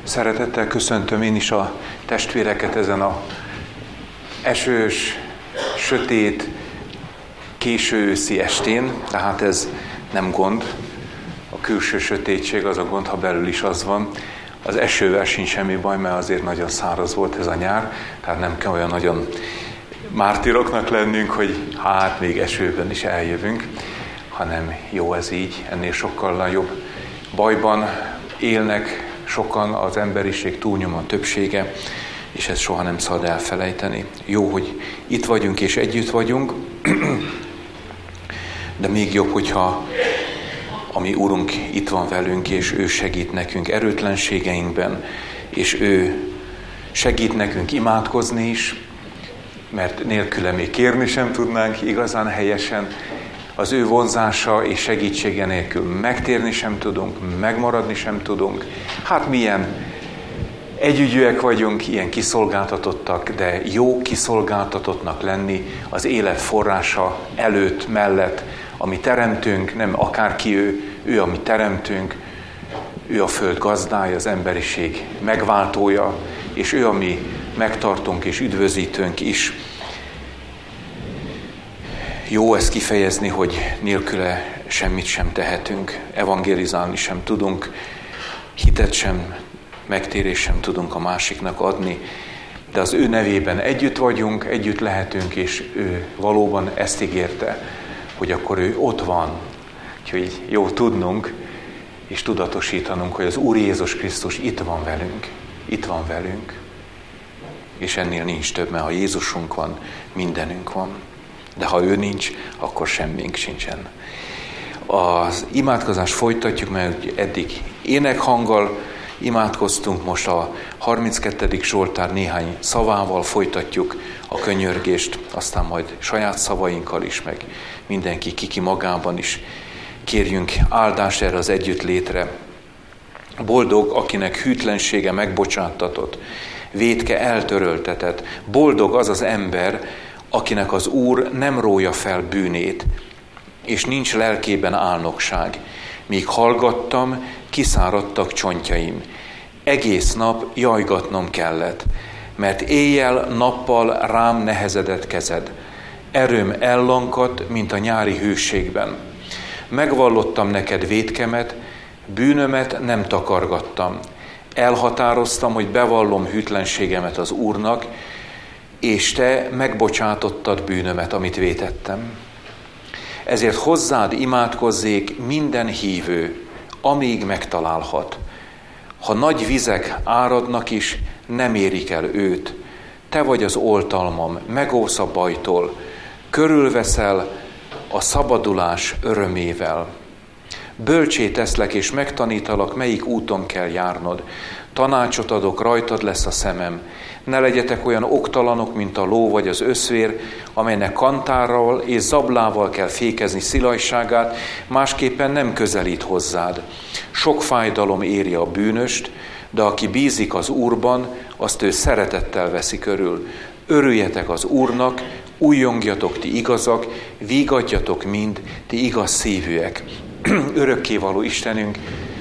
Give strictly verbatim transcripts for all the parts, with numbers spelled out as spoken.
Szeretettel köszöntöm én is a testvéreket ezen a esős, sötét, késő őszi estén, tehát ez nem gond. A külső sötétség az a gond, ha belül is az van. Az esővel sincs semmi baj, mert azért nagyon száraz volt ez a nyár, tehát nem kell olyan nagyon mártíroknak lennünk, hogy hát még esőben is eljövünk, hanem jó ez így, ennél sokkal nagyobb bajban élnek sokan, az emberiség túlnyomó többsége, és ezt soha nem szabad elfelejteni. Jó, hogy itt vagyunk és együtt vagyunk, de még jobb, hogyha a mi Urunk itt van velünk, és ő segít nekünk erőtlenségeinkben, és ő segít nekünk imádkozni is, mert nélküle még kérni sem tudnánk igazán helyesen. Az ő vonzása és segítsége nélkül megtérni sem tudunk, megmaradni sem tudunk. Hát milyen együgyűek vagyunk, ilyen kiszolgáltatottak, de jó kiszolgáltatottnak lenni az élet forrása előtt, mellett, ami teremtünk, nem akárki ő, ő a mi teremtünk, ő a föld gazdája, az emberiség megváltója, és ő a mi megtartunk és üdvözítőnk is. Jó ezt kifejezni, hogy nélküle semmit sem tehetünk, evangélizálni sem tudunk, hitet sem, megtérést sem tudunk a másiknak adni, de az ő nevében együtt vagyunk, együtt lehetünk, és ő valóban ezt ígérte, hogy akkor ő ott van. Úgyhogy jó tudnunk, és tudatosítanunk, hogy az Úr Jézus Krisztus itt van velünk, itt van velünk, és ennél nincs több, mert ha Jézusunk van, mindenünk van. De ha ő nincs, akkor semmink sincsen. Az imádkozást folytatjuk, mert eddig énekhanggal imádkoztunk, most a harminckettedik Zsoltár néhány szavával folytatjuk a könyörgést, aztán majd saját szavainkkal is, meg mindenki kiki magában is kérjünk áldást erre az együttlétre. Boldog, akinek hűtlensége megbocsáttatott, vétke eltöröltetett. Boldog az az ember, akinek az Úr nem rója fel bűnét, és nincs lelkében álnokság. Míg hallgattam, kiszáradtak csontjaim. Egész nap jajgatnom kellett, mert éjjel-nappal rám nehezedett kezed. Erőm ellankadt, mint a nyári hőségben. Megvallottam neked vétkemet, bűnömet nem takargattam. Elhatároztam, hogy bevallom hűtlenségemet az Úrnak, és te megbocsátottad bűnömet, amit vétettem. Ezért hozzád imádkozzék minden hívő, amíg megtalálhat. Ha nagy vizek áradnak is, nem érik el őt. Te vagy az oltalmam, megóvsz a bajtól, körülveszel a szabadulás örömével. Bölcsé teszlek és megtanítalak, melyik úton kell járnod. Tanácsot adok, rajtad lesz a szemem. Ne legyetek olyan oktalanok, mint a ló vagy az öszvér, amelynek kantárral és zablával kell fékezni szilajságát, másképpen nem közelít hozzád. Sok fájdalom éri a bűnöst, de aki bízik az Úrban, azt ő szeretettel veszi körül. Örüljetek az Úrnak, újjongjatok ti igazak, vígadjatok mind, ti igaz szívűek. Örökkévaló Istenünk,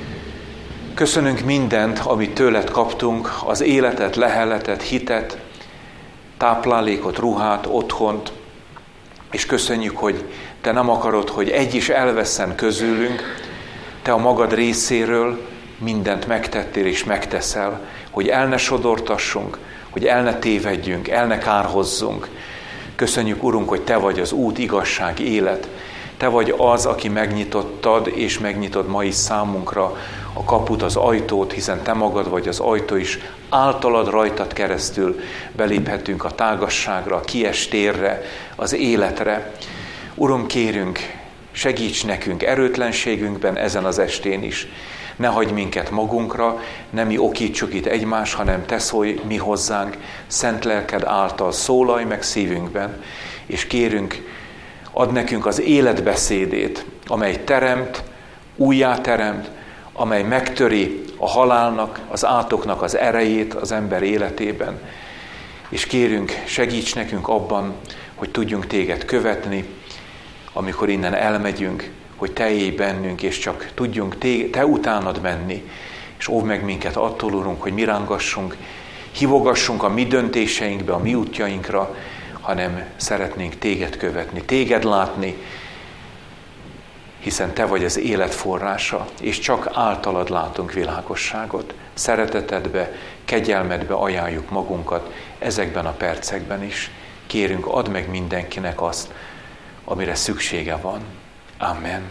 köszönünk mindent, amit tőled kaptunk, az életet, leheletet, hitet, táplálékot, ruhát, otthont, és köszönjük, hogy te nem akarod, hogy egy is elvesszen közülünk, te a magad részéről mindent megtettél és megteszel, hogy el ne sodortassunk, hogy el ne tévedjünk, el ne kárhozzunk. Köszönjük, Urunk, hogy te vagy az út, igazság, élet. Te vagy az, aki megnyitottad és megnyitod ma is számunkra a kaput, az ajtót, hiszen te magad vagy az ajtó is. Általad, rajtad keresztül beléphetünk a tágasságra, a kies térre, az életre. Uram, kérünk, segíts nekünk erőtlenségünkben ezen az estén is. Ne hagyj minket magunkra, nem mi okítsuk itt egymást, hanem te szólj mi hozzánk, szent lelked által szólalj meg szívünkben, és kérünk, add nekünk az életbeszédét, amely teremt, újjáteremt, amely megtöri a halálnak, az átoknak az erejét az ember életében. És kérünk, segíts nekünk abban, hogy tudjunk téged követni, amikor innen elmegyünk, hogy te élj bennünk, és csak tudjunk te, te utánad menni. és óvd meg minket attól, Urunk, hogy mi rángassunk, hívogassunk a mi döntéseinkbe, a mi útjainkra, hanem szeretnénk Téged követni, Téged látni, hiszen Te vagy az élet forrása, és csak általad látunk világosságot. Szeretetedbe, kegyelmedbe ajánljuk magunkat ezekben a percekben is. Kérünk, add meg mindenkinek azt, amire szüksége van. Amen.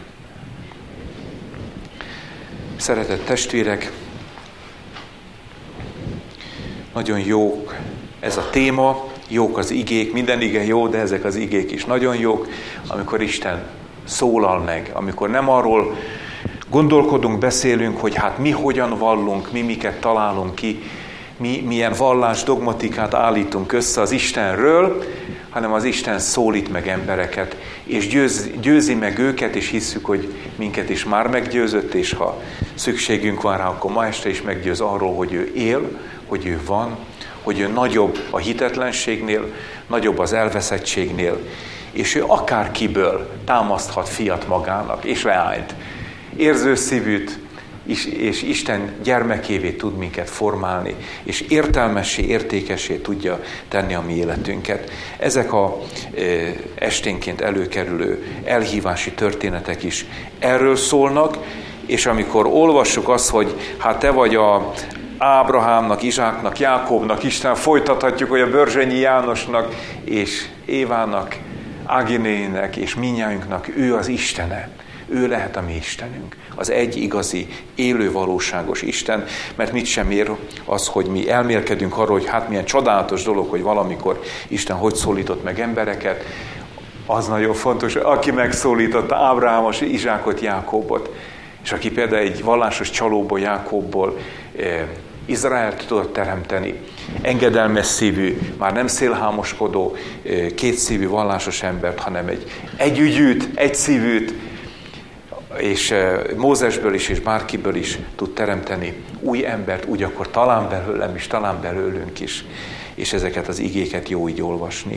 Szeretett testvérek, nagyon jó ez a téma, jók az igék, minden ige jó, de ezek az igék is nagyon jók, amikor Isten szólal meg, amikor nem arról gondolkodunk, beszélünk, hogy hát mi hogyan vallunk, mi miket találunk ki, mi milyen vallás dogmatikát állítunk össze az Istenről, hanem az Isten szólít meg embereket, és győz, győzi meg őket, és hisszük, hogy minket is már meggyőzött, és ha szükségünk van rá, akkor ma este is meggyőz arról, hogy ő él, hogy ő van, hogy ő nagyobb a hitetlenségnél, nagyobb az elveszettségnél, és ő akárkiből támaszthat fiat magának, és leányt, érző szívűt, és Isten gyermekévé tud minket formálni, és értelmessé, értékessé tudja tenni a mi életünket. Ezek a e, esténként előkerülő elhívási történetek is erről szólnak, és amikor olvassuk azt, hogy hát te vagy a Ábrahámnak, Izsáknak, Jákobnak, Isten, folytathatjuk, hogy a Börzsönyi Jánosnak, és Évának, Áginének, és mindnyájunknak ő az Istene. Ő lehet a mi Istenünk, az egy igazi, élő, valóságos Isten, mert mit sem ér az, hogy mi elmélkedünk arról, hogy hát milyen csodálatos dolog, hogy valamikor Isten hogy szólított meg embereket. Az nagyon fontos, aki megszólította Ábrahámos, Izsákot, Jákobot, és aki például egy vallásos csalóból, Jákobból eh, Izraelt tudott teremteni, engedelmes szívű, már nem szélhámoskodó, eh, kétszívű vallásos embert, hanem egy együgyűt, egyszívűt, és Mózesből is, és bárkiből is tud teremteni új embert, úgy akkor talán belőlem is, talán belőlünk is, és ezeket az igéket jó így olvasni.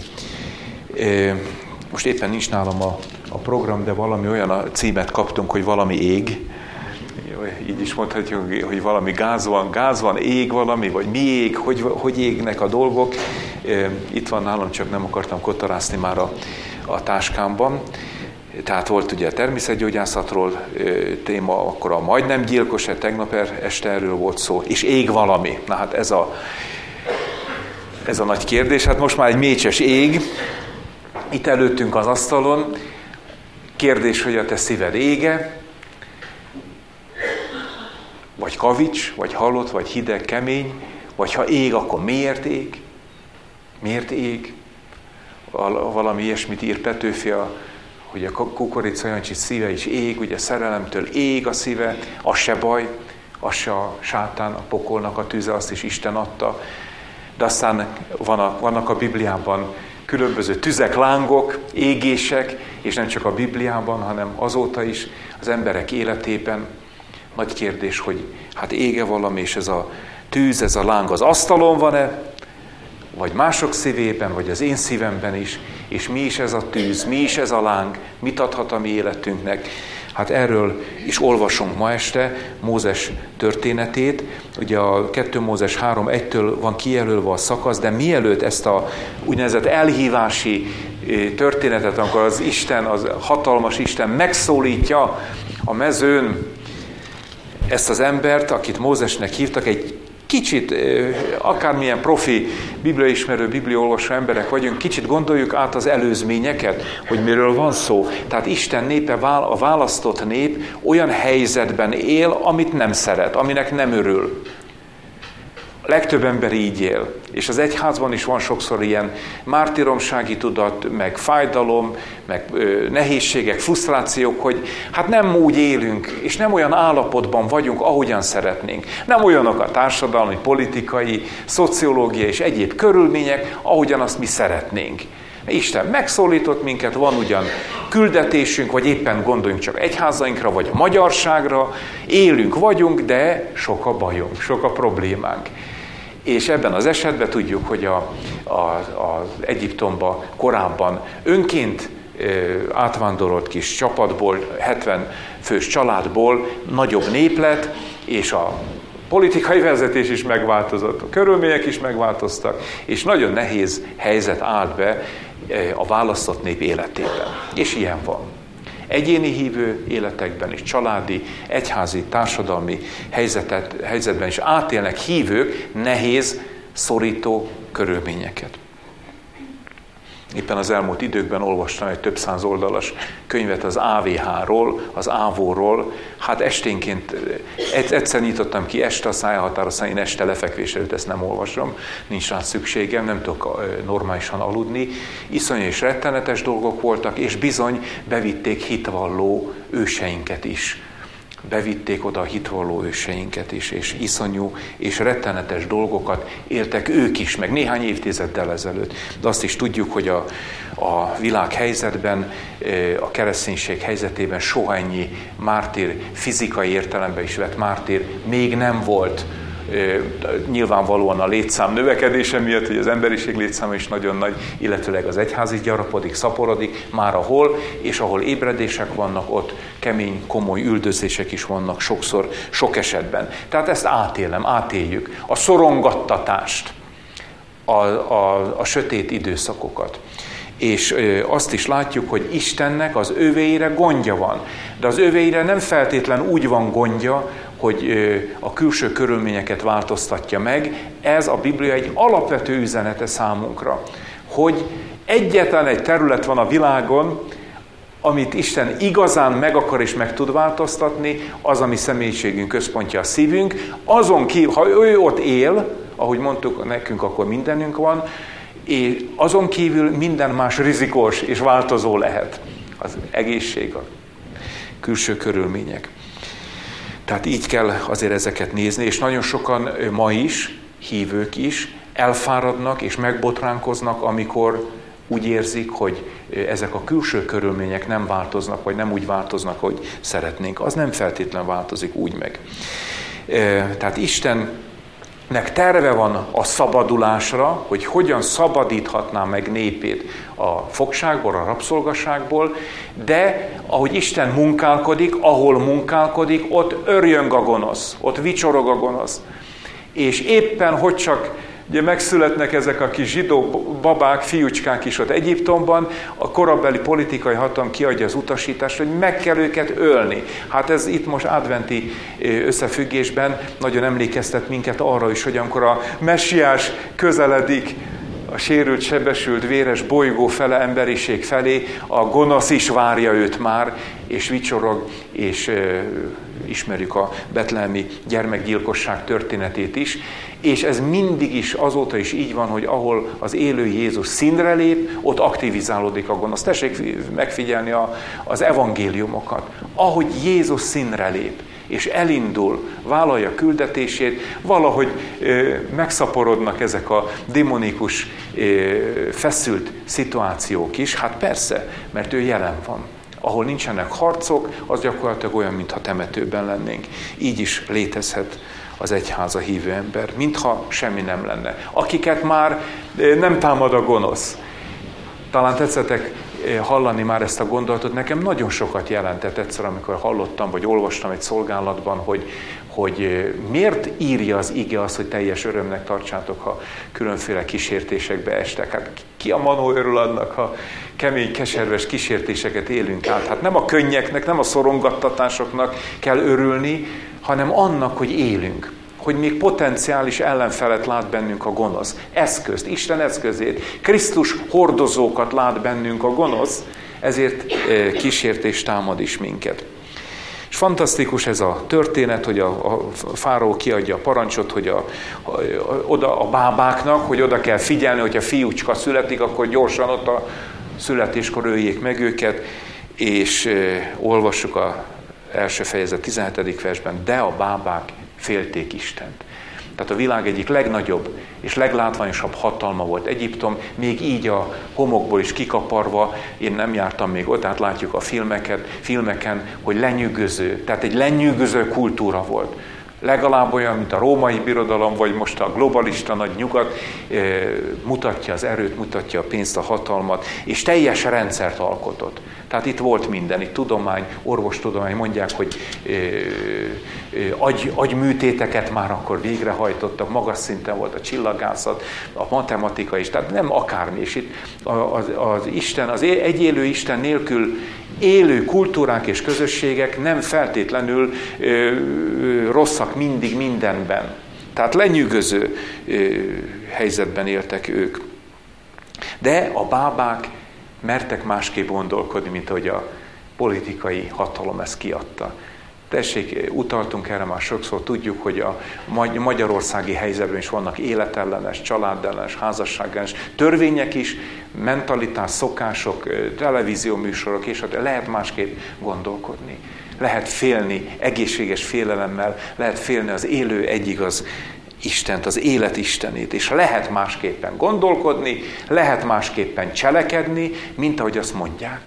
Most éppen nincs nálam a, a program, de valami olyan a címet kaptunk, hogy valami ég, így is mondhatjuk, hogy valami gáz van, gáz van, ég valami, vagy mi ég, hogy, hogy égnek a dolgok. Itt van nálam, csak nem akartam kotorászni már a, a táskámban. Tehát volt ugye a természetgyógyászatról téma, akkor a majdnem gyilkos, tegnap este erről volt szó, és ég valami. Na hát ez a, ez a nagy kérdés. Hát most már egy mécses ég, itt előttünk az asztalon. Kérdés, hogy a te szíved ége, vagy kavics, vagy halott, vagy hideg, kemény, vagy ha ég, akkor miért ég? Miért ég? Valami ilyesmit ír Petőfi, hogy a Kukorica Jancsi szíve is ég, ugye szerelemtől ég a szíve, az se baj, az se a sátán, a pokolnak a tüze, azt is Isten adta. De aztán vannak, vannak a Bibliában különböző tüzek, lángok, égések, és nem csak a Bibliában, hanem azóta is az emberek életében. Nagy kérdés, hogy hát ége valami, és ez a tűz, ez a láng az asztalon van-e, vagy mások szívében, vagy az én szívemben is, és mi is ez a tűz, mi is ez a láng, mit adhat a mi életünknek. Hát erről is olvasunk ma este Mózes történetét. Ugye a kettő Mózes három egytől van kijelölve a szakasz, de mielőtt ezt a úgynevezett elhívási történetet, amikor az Isten, az hatalmas Isten megszólítja a mezőn ezt az embert, akit Mózesnek hívtak, egy kicsit, akármilyen profi bibliaismerő, bibliaolvasó emberek vagyunk, kicsit gondoljuk át az előzményeket, hogy miről van szó. Tehát Isten népe, a választott nép olyan helyzetben él, amit nem szeret, aminek nem örül. A legtöbb ember így él. És az egyházban is van sokszor ilyen mártíromsági tudat, meg fájdalom, meg ö, nehézségek, frusztrációk, hogy hát nem úgy élünk, és nem olyan állapotban vagyunk, ahogyan szeretnénk. Nem olyanok a társadalmi, politikai, szociológiai és egyéb körülmények, ahogyan azt mi szeretnénk. Isten megszólított minket, van ugyan küldetésünk, vagy éppen gondoljunk csak egyházainkra, vagy a magyarságra, élünk, vagyunk, de sok a bajunk, sok a problémánk. És ebben az esetben tudjuk, hogy a, a, az Egyiptomba korábban önként e, átvándorolt kis csapatból, hetven fős családból nagyobb nép lett, és a politikai vezetés is megváltozott, a körülmények is megváltoztak, és nagyon nehéz helyzet állt be a választott nép életében. És ilyen van. Egyéni hívő életekben is, családi, egyházi, társadalmi helyzetet, helyzetben is átélnek hívők nehéz, szorító körülményeket. Éppen az elmúlt időkben olvastam egy több száz oldalas könyvet az á vé há-ról, az ávóról. Hát esténként, egyszer nyitottam ki este, aztán elhatároztam, én este lefekvés előtt ezt nem olvasom, nincs rá szükségem, nem tudok normálisan aludni. Iszonyú és rettenetes dolgok voltak, és bizony bevitték hitvalló őseinket is. Bevitték oda a hitvalló őseinket is, és iszonyú és rettenetes dolgokat éltek ők is, meg néhány évtizeddel ezelőtt. De azt is tudjuk, hogy a, a világ helyzetben, a kereszténység helyzetében soha ennyi mártír, fizikai értelemben is vett mártír még nem volt. Nyilvánvalóan a létszám növekedése miatt, hogy az emberiség létszáma is nagyon nagy, illetőleg az egyházi gyarapodik, szaporodik, már ahol, és ahol ébredések vannak, ott kemény, komoly üldözések is vannak sokszor, sok esetben. Tehát ezt átélem, átéljük. A szorongattatást, a, a, a sötét időszakokat. És azt is látjuk, hogy Istennek az övéire gondja van. De az övéire nem feltétlen úgy van gondja, hogy a külső körülményeket változtatja meg. Ez a Biblia egy alapvető üzenete számunkra, hogy egyetlen egy terület van a világon, amit Isten igazán meg akar és meg tud változtatni, az a mi személyiségünk központja, a szívünk. Azon kívül, ha ő ott él, ahogy mondtuk, nekünk akkor mindenünk van, és azon kívül minden más rizikós és változó lehet. Az egészség, a külső körülmények. Tehát így kell azért ezeket nézni, és nagyon sokan ma is, hívők is elfáradnak és megbotránkoznak, amikor úgy érzik, hogy ezek a külső körülmények nem változnak, vagy nem úgy változnak, hogy szeretnénk. Az nem feltétlenül változik úgy meg. Tehát Istennek terve van a szabadulásra, hogy hogyan szabadíthatná meg népét a fogságból, a rabszolgaságból, de ahogy Isten munkálkodik, ahol munkálkodik, ott örjöng a gonosz, ott vicsorog a gonosz. És éppen, hogy csak ugye megszületnek ezek a kis zsidó babák, fiúcskák is ott Egyiptomban, a korabeli politikai hatalom kiadja az utasítást, hogy meg kell őket ölni. Hát ez itt most adventi összefüggésben nagyon emlékeztet minket arra is, hogy amikor a messiás közeledik a sérült, sebesült, véres bolygó fele, emberiség felé, a gonosz is várja őt már, és vicsorog, és e, ismerjük a betlehemi gyermekgyilkosság történetét is, és ez mindig is, azóta is így van, hogy ahol az élő Jézus színre lép, ott aktivizálódik a gonosz. Tessék megfigyelni a, az evangéliumokat. Ahogy Jézus színre lép, és elindul, vállalja küldetését, valahogy ö, megszaporodnak ezek a demonikus, ö, feszült szituációk is. Hát persze, mert ő jelen van. Ahol nincsenek harcok, az gyakorlatilag olyan, mintha temetőben lennénk. Így is létezhet az egyháza hívő ember, mintha semmi nem lenne. Akiket már nem támad a gonosz. Talán tetszettek hallani már ezt a gondolatot. Nekem nagyon sokat jelentett egyszer, amikor hallottam, vagy olvastam egy szolgálatban, hogy, hogy miért írja az ige azt, hogy teljes örömnek tartsátok, ha különféle kísértésekbe estek. Hát ki a manó örül annak, ha kemény, keserves kísértéseket élünk át. Hát nem a könnyeknek, nem a szorongattatásoknak kell örülni, hanem annak, hogy élünk. Hogy még potenciális ellenfelet lát bennünk a gonosz. Eszközt, Isten eszközét. Krisztus hordozókat lát bennünk a gonosz, ezért kísértés támad is minket. És fantasztikus ez a történet, hogy a, a fáraó kiadja a parancsot, hogy a, a, oda a bábáknak, hogy oda kell figyelni, hogyha fiúcska születik, akkor gyorsan ott a születéskor öljék meg őket, és e, olvassuk az első fejezet tizenhetedik versben, de a bábák félték Istent. Tehát a világ egyik legnagyobb és leglátványosabb hatalma volt Egyiptom, még így a homokból is kikaparva, én nem jártam még ott, hát látjuk a filmeket, filmeken, hogy lenyűgöző, tehát egy lenyűgöző kultúra volt. legalább olyan, mint a római birodalom, vagy most a globalista nagy nyugat, mutatja az erőt, mutatja a pénzt, a hatalmat, és teljes rendszert alkotott. Tehát itt volt minden, itt tudomány, orvostudomány, mondják, hogy agy, agyműtéteket már akkor végrehajtottak, magas szinten volt a csillagászat, a matematika is, tehát nem akármi. És itt az, az Isten, az egy élő Isten nélkül élő kultúrák és közösségek nem feltétlenül ö, ö, rosszak mindig mindenben. Tehát lenyűgöző ö, helyzetben éltek ők. De a bábák mertek másképp gondolkodni, mint ahogy a politikai hatalom ezt kiadta. Tessék, utaltunk erre már sokszor, tudjuk, hogy a magyarországi helyzetben is vannak életellenes, családellenes, házasságellenes törvények is, mentalitás, szokások, televízióműsorok, és lehet másképp gondolkodni. Lehet félni egészséges félelemmel, lehet félni az élő egyigaz Istent, az élet Istenét, és lehet másképpen gondolkodni, lehet másképpen cselekedni, mint ahogy azt mondják.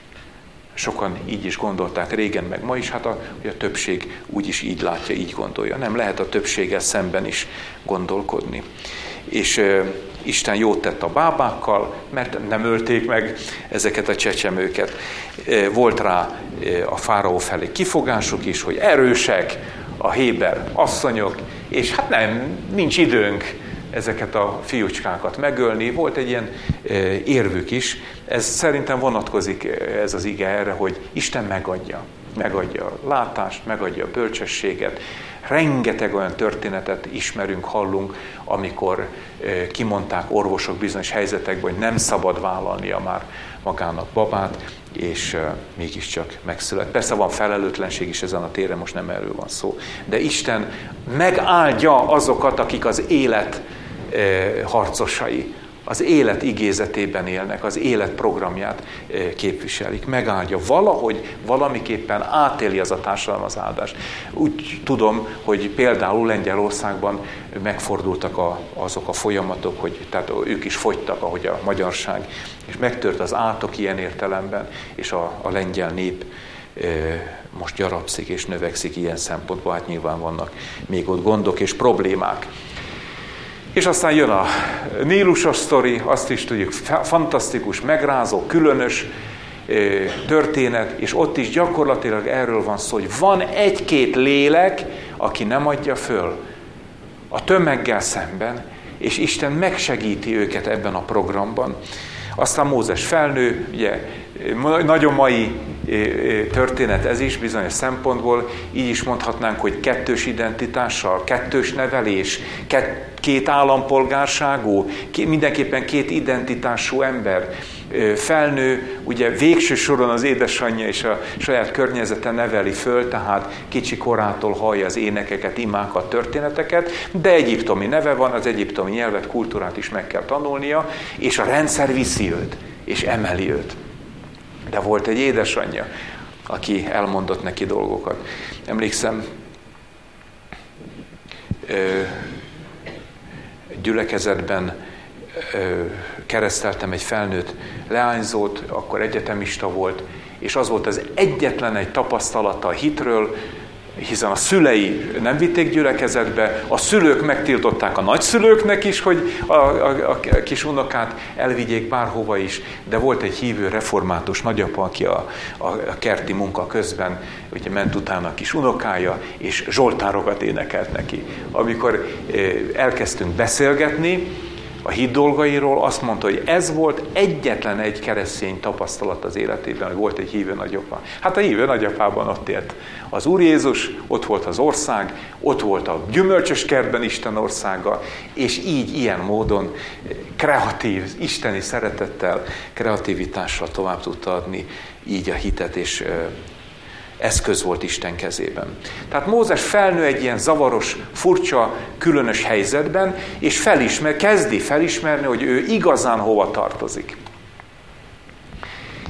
Sokan így is gondolták régen, meg ma is, hát a, hogy a többség úgyis így látja, így gondolja. Nem, lehet a többséggel szemben is gondolkodni. És e, Isten jót tett a bábákkal, mert nem ölték meg ezeket a csecsemőket. E, volt rá e, a fáraó felé kifogásuk is, hogy erősek a héber asszonyok, és hát nem, nincs időnk ezeket a fiúcskákat megölni. Volt egy ilyen érvük is. Ez szerintem vonatkozik ez az ige erre, hogy Isten megadja. Megadja a látást, megadja a bölcsességet. Rengeteg olyan történetet ismerünk, hallunk, amikor kimondták orvosok bizonyos helyzetekben, hogy nem szabad vállalnia már magának babát, és mégiscsak megszület. Persze van felelőtlenség is ezen a téren, most nem erről van szó. De Isten megáldja azokat, akik az élet harcosai, az élet igézetében élnek, az élet programját képviselik. Megáldja. Valahogy, valamiképpen átéli az a társadalom az áldást. Úgy tudom, hogy például Lengyelországban megfordultak a, azok a folyamatok, hogy tehát ők is fogytak, ahogy a magyarság, és megtört az átok ilyen értelemben, és a, a lengyel nép most gyarapszik és növekszik ilyen szempontból, hát nyilván vannak még ott gondok és problémák. És aztán jön a Nílusos sztori, azt is tudjuk, fantasztikus, megrázó, különös történet, és ott is gyakorlatilag erről van szó, hogy van egy-két lélek, aki nem adja föl a tömeggel szemben, és Isten megsegíti őket ebben a programban. Aztán Mózes felnő, ugye nagyon mai történet ez is bizonyos szempontból, így is mondhatnánk, hogy kettős identitással, kettős nevelés, két állampolgárságú, mindenképpen két identitású ember felnő, ugye végső soron az édesanyja és a saját környezete neveli föl, tehát kicsi korától hallja az énekeket, imákat, történeteket, de egyiptomi neve van, az egyiptomi nyelvet, kultúrát is meg kell tanulnia, és a rendszer viszi őt, és emeli őt. De volt egy édesanyja, aki elmondott neki dolgokat. Emlékszem, gyülekezetben kereszteltem egy felnőtt leányzót, akkor egyetemista volt, és az volt az egyetlen egy tapasztalata a hitről, hiszen a szülei nem vitték gyülekezetbe, a szülők megtiltották a nagyszülőknek is, hogy a, a, a kis unokát elvigyék bárhova is, de volt egy hívő református nagyapa, aki a, a, a kerti munka közben ugye ment utána a kis unokája, és zsoltárokat énekelt neki. Amikor elkezdtünk beszélgetni a hit dolgairól, azt mondta, hogy ez volt egyetlen egy keresztény tapasztalat az életében, hogy volt egy hívő nagyapa. Hát a hívő nagyapában ott élt az Úr Jézus, ott volt az ország, ott volt a gyümölcsös kertben Isten országa, és így, ilyen módon kreatív, isteni szeretettel, kreativitással tovább tudta adni így a hitet, és eszköz volt Isten kezében. Tehát Mózes felnő egy ilyen zavaros, furcsa, különös helyzetben, és felismer, kezdi felismerni, hogy ő igazán hova tartozik.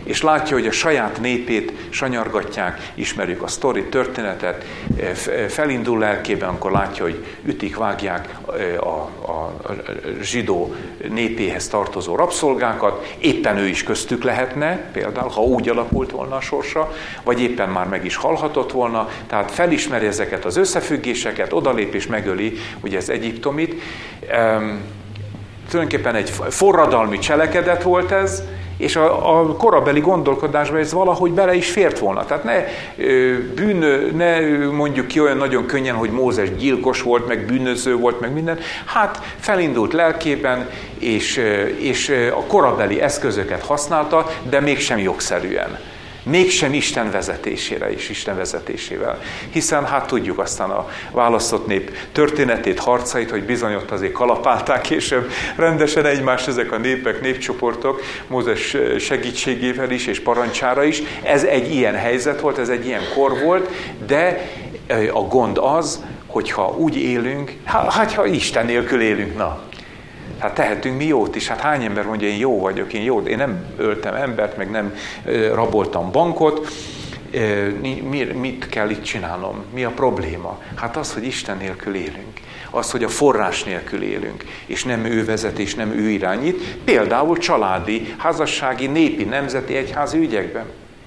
és látja, hogy a saját népét sanyargatják, ismerjük a sztori, történetet, felindul lelkében, amikor látja, hogy ütik, vágják a, a, a zsidó népéhez tartozó rabszolgákat, éppen ő is köztük lehetne, például, ha úgy alakult volna a sorsa, vagy éppen már meg is halhatott volna, tehát felismeri ezeket az összefüggéseket, odalép és megöli, ugye ez Egyiptomit. Ehm, tulajdonképpen egy forradalmi cselekedet volt ez, és a, a korabeli gondolkodásban ez valahogy bele is fért volna. Tehát ne bűn, ne mondjuk ki olyan nagyon könnyen, hogy Mózes gyilkos volt, meg bűnöző volt, meg minden. Hát felindult lelkében, és, és a korabeli eszközöket használta, de mégsem jogszerűen. Mégsem Isten vezetésére és Isten vezetésével. Hiszen hát tudjuk aztán a választott nép történetét, harcait, hogy bizony ott azért kalapálták később rendesen egymást ezek a népek, népcsoportok, Mózes segítségével is és parancsára is. Ez egy ilyen helyzet volt, ez egy ilyen kor volt, de a gond az, hogyha úgy élünk, hát ha Isten nélkül élünk, na. Hát tehetünk mi jót is. Hát hány ember mondja, én jó vagyok, én jó, én nem öltem embert, meg nem raboltam bankot. Mit kell itt csinálnom? Mi a probléma? Hát az, hogy Isten nélkül élünk. Az, hogy a forrás nélkül élünk, és nem ő vezet, és nem ő irányít. Például családi, házassági, népi, nemzeti, egyházi ügyekben.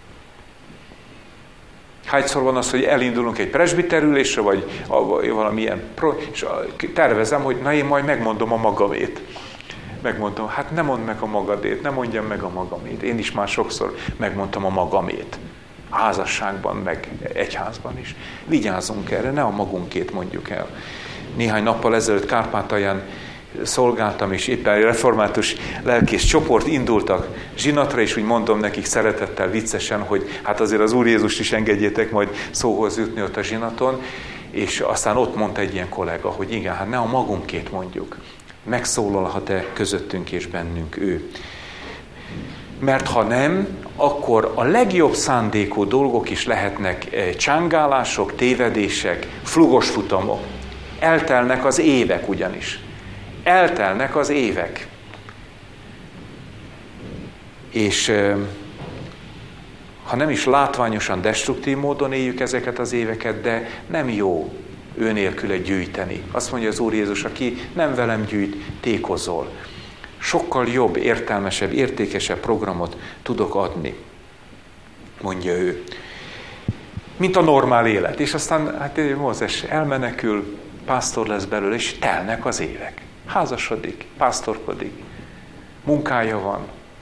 Hányszor van az, hogy elindulunk egy presbiterülésre, vagy valamilyen, és tervezem, hogy na én majd megmondom a magamét. Megmondom, hát ne mondd meg a magadét, ne mondjam meg a magamét. Én is már sokszor megmondtam a magamét. Házasságban, meg egyházban is. Vigyázzunk erre, ne a magunkét mondjuk el. Néhány nappal ezelőtt Kárpátalján szolgáltam, és éppen református lelkész csoport indultak zsinatra, és úgy mondom nekik szeretettel, viccesen, hogy hát azért az Úr Jézust is engedjétek majd szóhoz jutni ott a zsinaton, és aztán ott mondta egy ilyen kollega, hogy igen, hát ne a magunkét mondjuk. Megszólalhat-e közöttünk és bennünk ő? Mert ha nem, akkor a legjobb szándékú dolgok is lehetnek csángálások, tévedések, flugos futamok. Eltelnek az évek ugyanis. Eltelnek az évek. És ha nem is látványosan, destruktív módon éljük ezeket az éveket, de nem jó ő nélküle gyűjteni. Azt mondja az Úr Jézus, aki nem velem gyűjt, tékozol. Sokkal jobb, értelmesebb, értékesebb programot tudok adni, mondja ő, mint a normál élet. És aztán hát Mózes elmenekül, pásztor lesz belőle, és telnek az évek. Házasodik, pásztorkodik, munkája van,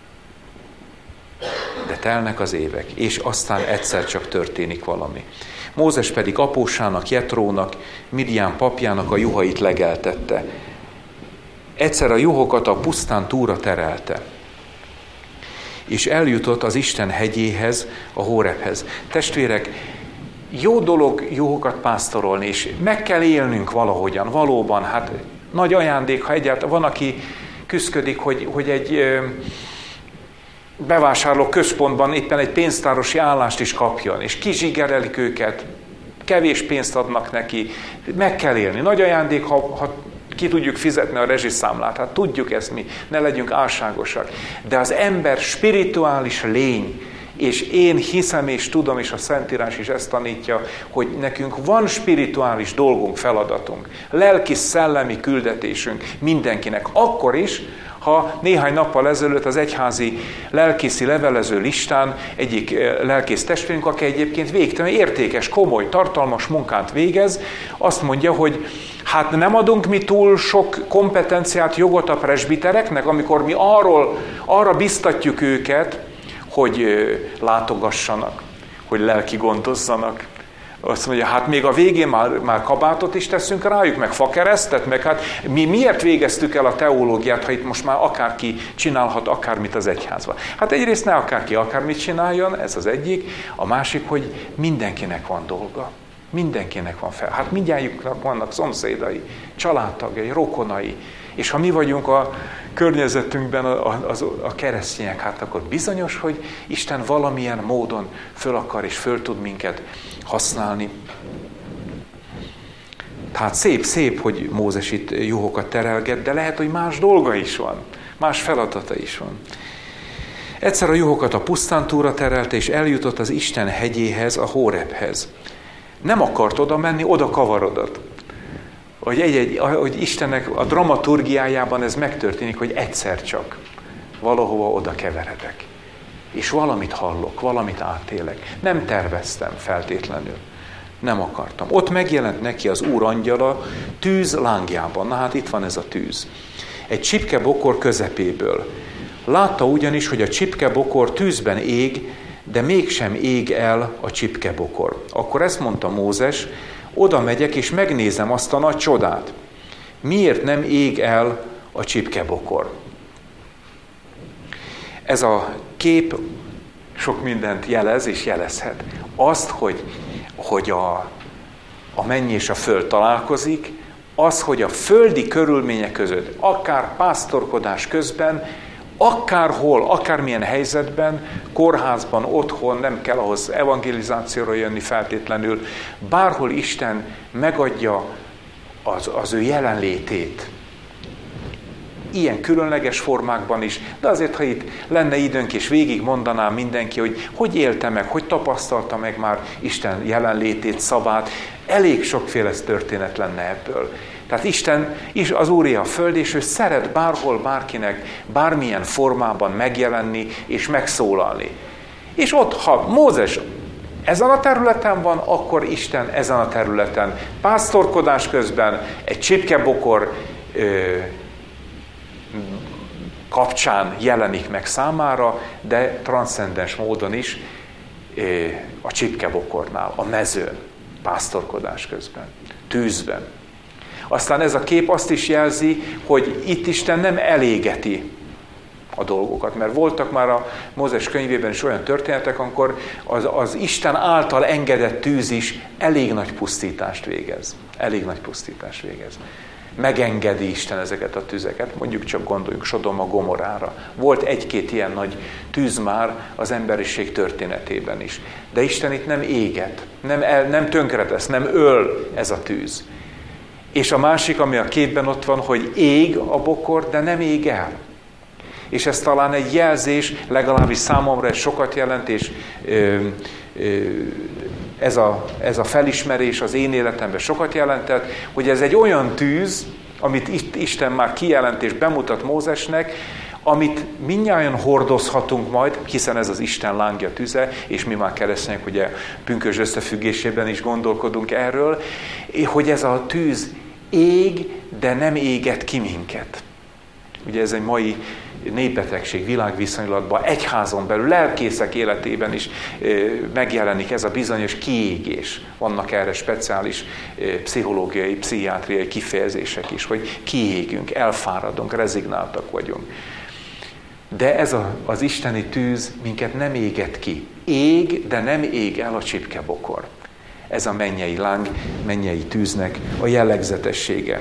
de telnek az évek, és aztán egyszer csak történik valami. Mózes pedig apósának, Jetrónak, Midian papjának a juhait legeltette. Egyszer a juhokat a pusztán túra terelte, és eljutott az Isten hegyéhez, a Hórebhez. Testvérek, jó dolog juhokat pásztorolni, és meg kell élnünk valahogyan, valóban, hát nagy ajándék, ha egyáltalán van, aki küszködik, hogy, hogy egy bevásárló központban éppen egy pénztárosi állást is kapjon, és kizsigerelik őket, kevés pénzt adnak neki, meg kell élni. Nagy ajándék, ha, ha ki tudjuk fizetni a rezsiszámlát, hát tudjuk ezt mi, ne legyünk álságosak. De az ember spirituális lény, és én hiszem és tudom, és a Szentírás is ezt tanítja, hogy nekünk van spirituális dolgunk, feladatunk, lelki, szellemi küldetésünk mindenkinek. Akkor is, ha néhány nappal ezelőtt az egyházi lelkészi levelező listán egyik lelkész testvérünk, aki egyébként végtelen értékes, komoly, tartalmas munkát végez, azt mondja, hogy hát nem adunk mi túl sok kompetenciát, jogot a presbitereknek, amikor mi arról, arra biztatjuk őket, hogy látogassanak, hogy lelki gondozzanak. Azt mondja, hát még a végén már, már kabátot is teszünk rájuk, meg fakeresztet, meg hát mi miért végeztük el a teológiát, ha itt most már akárki csinálhat akármit az egyházban. Hát egyrészt ne akárki akármit csináljon, ez az egyik, a másik, hogy mindenkinek van dolga. Mindenkinek van fel. Hát mindjárt vannak szomszédai, családtagjai, rokonai, és ha mi vagyunk a környezetünkben a, a, a keresztények, hát akkor bizonyos, hogy Isten valamilyen módon föl akar és föl tud minket használni. Tehát szép, szép, hogy Mózes itt juhokat terelget, de lehet, hogy más dolga is van, más feladata is van. Egyszer a juhokat a pusztántúra terelte, és eljutott az Isten hegyéhez, a Hórebhez. Nem akart oda menni, oda kavarodott. Hogy, egy, egy, hogy Istennek a dramaturgiájában ez megtörténik, hogy egyszer csak valahova oda keveredek. És valamit hallok, valamit átélek. Nem terveztem feltétlenül. Nem akartam. Ott megjelent neki az Úr angyala tűz lángjában. Na hát itt van ez a tűz. Egy csipkebokor közepéből. Látta ugyanis, hogy a csipkebokor tűzben ég, de mégsem ég el a csipkebokor. Akkor ezt mondta Mózes, oda megyek és megnézem azt a nagy csodát. Miért nem ég el a csipkebokor? Ez a kép sok mindent jelez és jelezhet. Azt, hogy, hogy a, a menny és a föld találkozik, az, hogy a földi körülmények között, akár pásztorkodás közben, akárhol, akármilyen helyzetben, kórházban, otthon, nem kell ahhoz evangelizációra jönni feltétlenül, bárhol Isten megadja az, az ő jelenlétét. Ilyen különleges formákban is, de azért, ha itt lenne időnk, és végig mondaná mindenki, hogy hogy élte meg, hogy tapasztalta meg már Isten jelenlétét, szavát, elég sokféle történet lenne ebből. Tehát Isten is az Úré a föld, és ő szeret bárhol, bárkinek, bármilyen formában megjelenni és megszólalni. És ott, ha Mózes ezen a területen van, akkor Isten ezen a területen. Pásztorkodás közben egy csipkebokor ö, kapcsán jelenik meg számára, de transzcendens módon is ö, a csipkebokornál, a mezőn, pásztorkodás közben, tűzben. Aztán ez a kép azt is jelzi, hogy itt Isten nem elégeti a dolgokat, mert voltak már a Mózes könyvében is olyan történetek, amikor az, az Isten által engedett tűz is elég nagy pusztítást végez. Elég nagy pusztítást végez. Megengedi Isten ezeket a tüzeket, mondjuk csak gondoljunk Sodoma, Gomorára. Volt egy-két ilyen nagy tűz már az emberiség történetében is. De Isten itt nem éget, nem, el, nem tönkretesz, nem öl ez a tűz. És a másik, ami a képben ott van, hogy ég a bokor, de nem ég el. És ez talán egy jelzés, legalábbis számomra ez sokat jelent, és ö, ö, ez, a, ez a felismerés az én életemben sokat jelentett, hogy ez egy olyan tűz, amit Isten már kijelent és bemutat Mózesnek, amit mindnyájan hordozhatunk majd, hiszen ez az Isten lángja tüze, és mi már keresztények, ugye pünkösd összefüggésében is gondolkodunk erről, hogy ez a tűz ég, de nem éget ki minket. Ugye ez egy mai népbetegség világviszonylatban, egyházon belül, lelkészek életében is megjelenik ez a bizonyos kiégés. Vannak erre speciális pszichológiai, pszichiátriai kifejezések is, hogy kiégünk, elfáradunk, rezignáltak vagyunk. De ez a, az isteni tűz minket nem éget ki. Ég, de nem ég el a csipkebokor. Ez a mennyei láng, mennyei tűznek a jellegzetessége.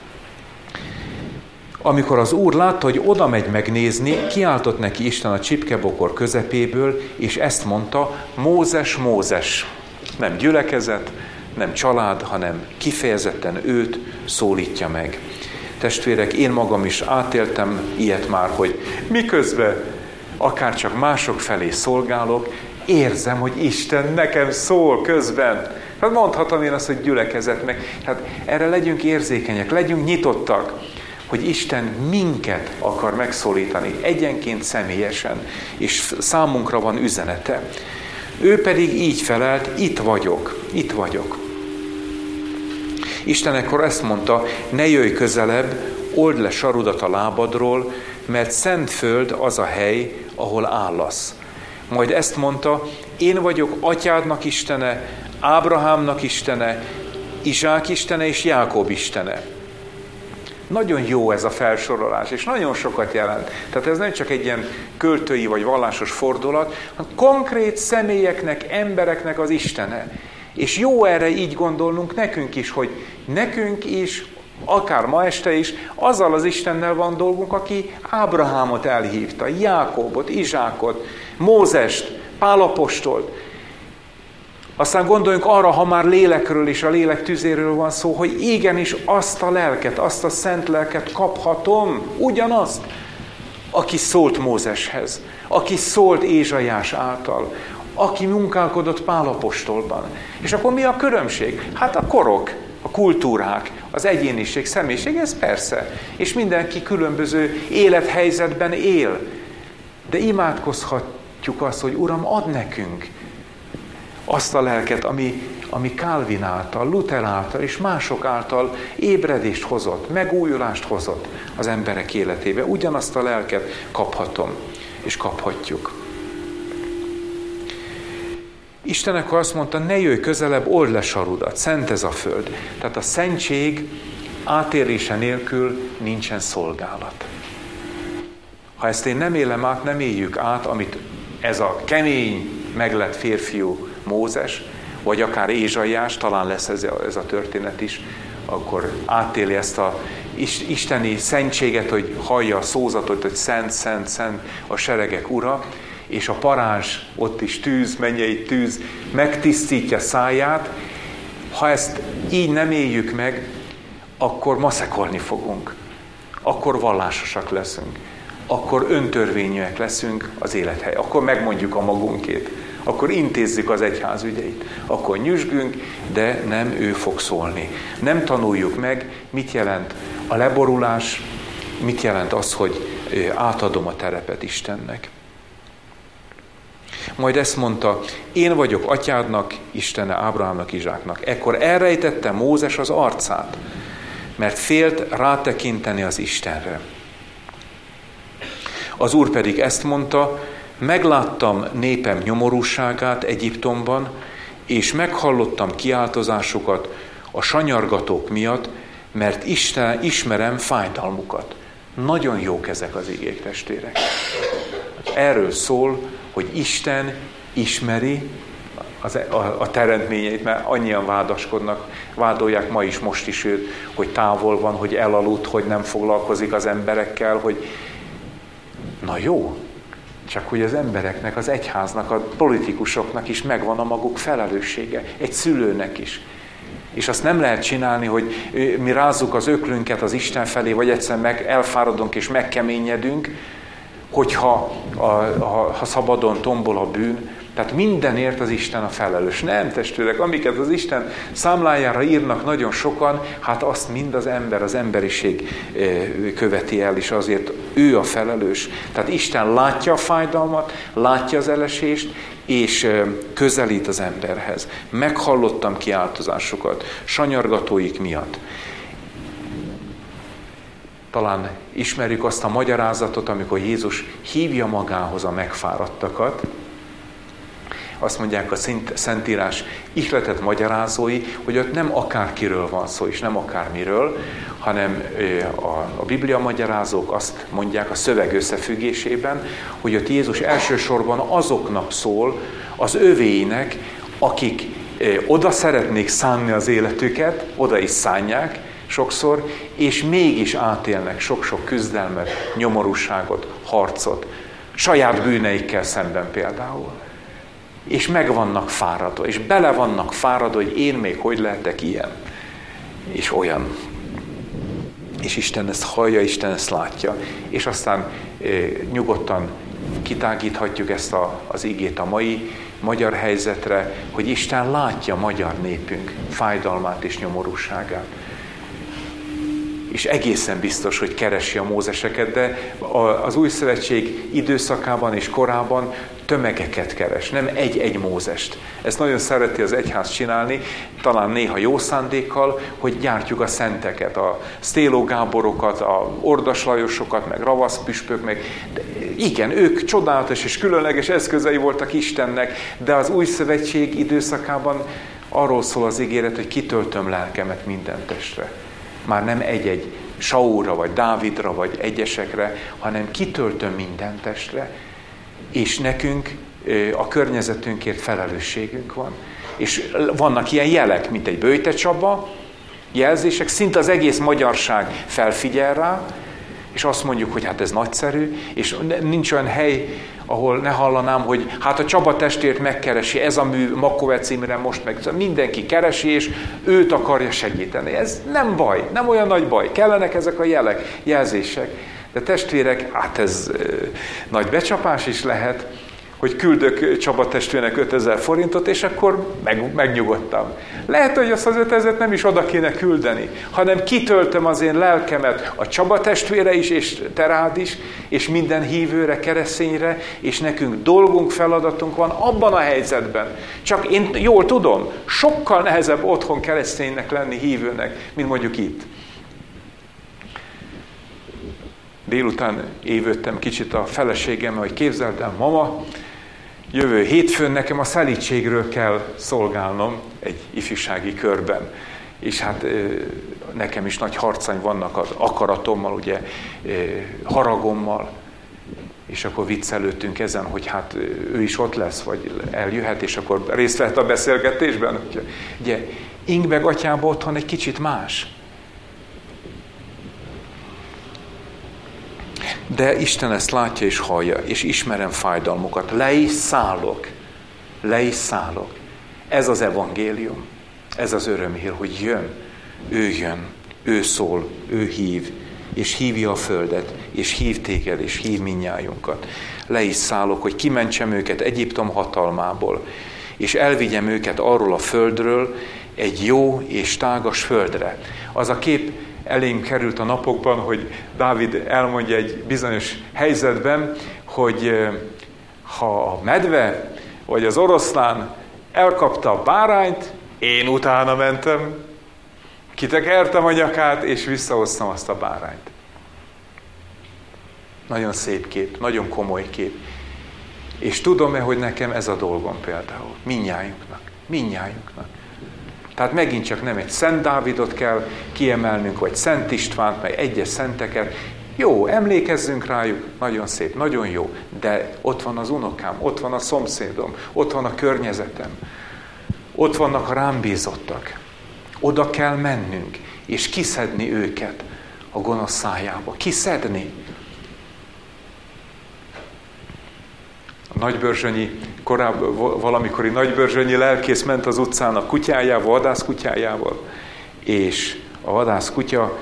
Amikor az Úr látta, hogy oda megy megnézni, kiáltott neki Isten a csipkebokor közepéből, és ezt mondta, Mózes, Mózes. Nem gyülekezet, nem család, hanem kifejezetten őt szólítja meg. Testvérek, én magam is átéltem ilyet már, hogy miközben akár csak mások felé szolgálok, érzem, hogy Isten nekem szól közben. Hát mondhatom én azt, hogy gyülekezet meg. Hát erre legyünk érzékenyek, legyünk nyitottak, hogy Isten minket akar megszólítani, egyenként személyesen, és számunkra van üzenete. Ő pedig így felelt, itt vagyok, itt vagyok. Isten ekkor ezt mondta, ne jöjj közelebb, old le sarudat a lábadról, mert szent föld az a hely, ahol állasz. Majd ezt mondta, én vagyok atyádnak Istene, Ábrahámnak Istene, Izsák Istene és Jákob Istene. Nagyon jó ez a felsorolás, és nagyon sokat jelent. Tehát ez nem csak egy ilyen költői vagy vallásos fordulat, hanem konkrét személyeknek, embereknek az Istene. És jó erre így gondolnunk nekünk is, hogy nekünk is, akár ma este is, azzal az Istennel van dolgunk, aki Ábrahámot elhívta, Jákobot, Izsákot, Mózest, Pál apostolt. Aztán gondoljunk arra, ha már lélekről és a lélek tüzéről van szó, hogy igenis azt a lelket, azt a szent lelket kaphatom, ugyanazt, aki szólt Mózeshez, aki szólt Ézsaiás által, aki munkálkodott Pál apostolban. És akkor mi a különbség? Hát a korok, a kultúrák, az egyéniség, személyiség, ez persze. És mindenki különböző élethelyzetben él. De imádkozhatjuk azt, hogy Uram, add nekünk azt a lelket, ami, ami Calvin által, Luther által és mások által ébredést hozott, megújulást hozott az emberek életébe. Ugyanazt a lelket kaphatom, és kaphatjuk. Isten akkor azt mondta, ne jöjj közelebb, old le sarudat, szent ez a föld. Tehát a szentség átélése nélkül nincsen szolgálat. Ha ezt én nem élem át, nem éljük át, amit ez a kemény, meglett férfiú Mózes, vagy akár Ézsaiás, talán lesz ez a, ez a történet is, akkor átéli ezt a isteni szentséget, hogy hallja a szózatot, hogy szent, szent, szent a seregek ura, és a parázs, ott is tűz, mennyei tűz, megtisztítja száját. Ha ezt így nem éljük meg, akkor maszekolni fogunk. Akkor vallásosak leszünk. Akkor öntörvényűek leszünk az élethely. Akkor megmondjuk a magunkét. Akkor intézzük az egyház ügyeit. Akkor nyüzsgünk, de nem ő fog szólni. Nem tanuljuk meg, mit jelent a leborulás, mit jelent az, hogy átadom a terepet Istennek. Majd ezt mondta, én vagyok atyádnak, Istene, Ábrahámnak, Izsáknak. Ekkor elrejtette Mózes az arcát, mert félt rátekinteni az Istenre. Az Úr pedig ezt mondta, megláttam népem nyomorúságát Egyiptomban, és meghallottam kiáltozásukat a sanyargatók miatt, mert Isten, ismerem fájdalmukat. Nagyon jók ezek az igék, testvérek. Erről szól, hogy Isten ismeri az, a, a teremtményeit, mert annyian vádaskodnak, vádolják ma is, most is őt, hogy távol van, hogy elaludt, hogy nem foglalkozik az emberekkel, hogy na jó, csak hogy az embereknek, az egyháznak, a politikusoknak is megvan a maguk felelőssége, egy szülőnek is. És azt nem lehet csinálni, hogy mi rázzuk az öklünket az Isten felé, vagy egyszer meg elfáradunk és megkeményedünk, hogyha a, a, ha szabadon tombol a bűn. Tehát mindenért az Isten a felelős. Nem, testvérek, amiket az Isten számlájára írnak nagyon sokan, hát azt mind az ember, az emberiség követi el, és azért ő a felelős. Tehát Isten látja a fájdalmat, látja az elesést, és közelít az emberhez. Meghallottam kiáltozásokat, sanyargatóik miatt. Talán ismerjük azt a magyarázatot, amikor Jézus hívja magához a megfáradtakat. Azt mondják a Szentírás ihletet magyarázói, hogy ott nem akárkiről van szó, és nem akármiről, hanem a, a Biblia magyarázók azt mondják a szöveg összefüggésében, hogy ott Jézus elsősorban azoknak szól, az övéinek, akik oda szeretnék szánni az életüket, oda is szánják sokszor, és mégis átélnek sok-sok küzdelmet, nyomorúságot, harcot, saját bűneikkel szemben például. És meg vannak fáradva, és bele vannak fáradva, hogy én még hogy lehetek ilyen, és olyan. És Isten ezt hallja, Isten ezt látja. És aztán e, nyugodtan kitágíthatjuk ezt a, az igét a mai magyar helyzetre, hogy Isten látja magyar népünk fájdalmát és nyomorúságát. És egészen biztos, hogy keresi a Mózeseket, de az Új Szövetség időszakában és korában tömegeket keres, nem egy-egy Mózest. Ezt nagyon szereti az egyház csinálni, talán néha jó szándékkal, hogy gyártjuk a szenteket, a Sztéló Gáborokat, a Ordas Lajosokat, meg Ravasz püspök, meg de igen, ők csodálatos és különleges eszközei voltak Istennek, de az Új Szövetség időszakában arról szól az ígéret, hogy kitöltöm lelkemet minden testre. Már nem egy-egy Saulra, vagy Dávidra, vagy egyesekre, hanem kitöltöm minden testre, és nekünk a környezetünkért felelősségünk van. És vannak ilyen jelek, mint egy Böjte Csaba, jelzések, szinte az egész magyarság felfigyel rá, és azt mondjuk, hogy hát ez nagyszerű, és nincs olyan hely, ahol ne hallanám, hogy hát a Csaba testvért megkeresi, ez a mű Makove címre most meg, mindenki keresi, és őt akarja segíteni. Ez nem baj, nem olyan nagy baj, kellenek ezek a jelek, jelzések, De testvérek, hát ez e, nagy becsapás is lehet, hogy küldök Csaba testvérnek ötezer forintot, és akkor meg, megnyugodtam. Lehet, hogy azt az ötezret nem is oda kéne küldeni, hanem kitöltöm az én lelkemet a Csaba testvére is, és te rád is, és minden hívőre, keresztényre, és nekünk dolgunk, feladatunk van abban a helyzetben. Csak én jól tudom, sokkal nehezebb otthon kereszténynek lenni, hívőnek, mint mondjuk itt. Délután évődtem kicsit a feleségemmel, hogy képzeld el, mama, jövő hétfőn nekem a szelídségről kell szolgálnom egy ifjúsági körben. És hát nekem is nagy harcaim vannak az akaratommal, ugye, haragommal. És akkor viccelődtünk ezen, hogy hát ő is ott lesz, vagy eljöhet, és akkor részt vett a beszélgetésben. Ugye, Ingbe atyában otthon egy kicsit más. De Isten ezt látja és hallja, és ismerem fájdalmukat. Le is szállok. Le is szállok. Ez az evangélium. Ez az örömhír, hogy jön. Ő jön. Ő szól. Ő hív. És hívja a földet. És hív téged, és hív mindnyájunkat. Le is szállok, hogy kimentsem őket Egyiptom hatalmából. És elvigyem őket arról a földről egy jó és tágas földre. Az a kép elénk került a napokban, hogy Dávid elmondja egy bizonyos helyzetben, hogy ha a medve vagy az oroszlán elkapta a bárányt, én utána mentem, kitekertem a nyakát, és visszahoztam azt a bárányt. Nagyon szép kép, nagyon komoly kép. És tudom-e, hogy nekem ez a dolgom például? Mindnyájunknak. Mindnyájunknak. Tehát megint csak nem egy Szent Dávidot kell kiemelnünk, vagy Szent Istvánt, meg egyes szenteket. Jó, emlékezzünk rájuk, nagyon szép, nagyon jó, de ott van az unokám, ott van a szomszédom, ott van a környezetem, ott vannak a rám bízottak. Oda kell mennünk, és kiszedni őket a gonosz szájába. Kiszedni. A nagybörzsönyi, korábban valamikori nagybörzsönyi lelkész ment az utcán a kutyájával, vadászkutyájával, és a vadászkutya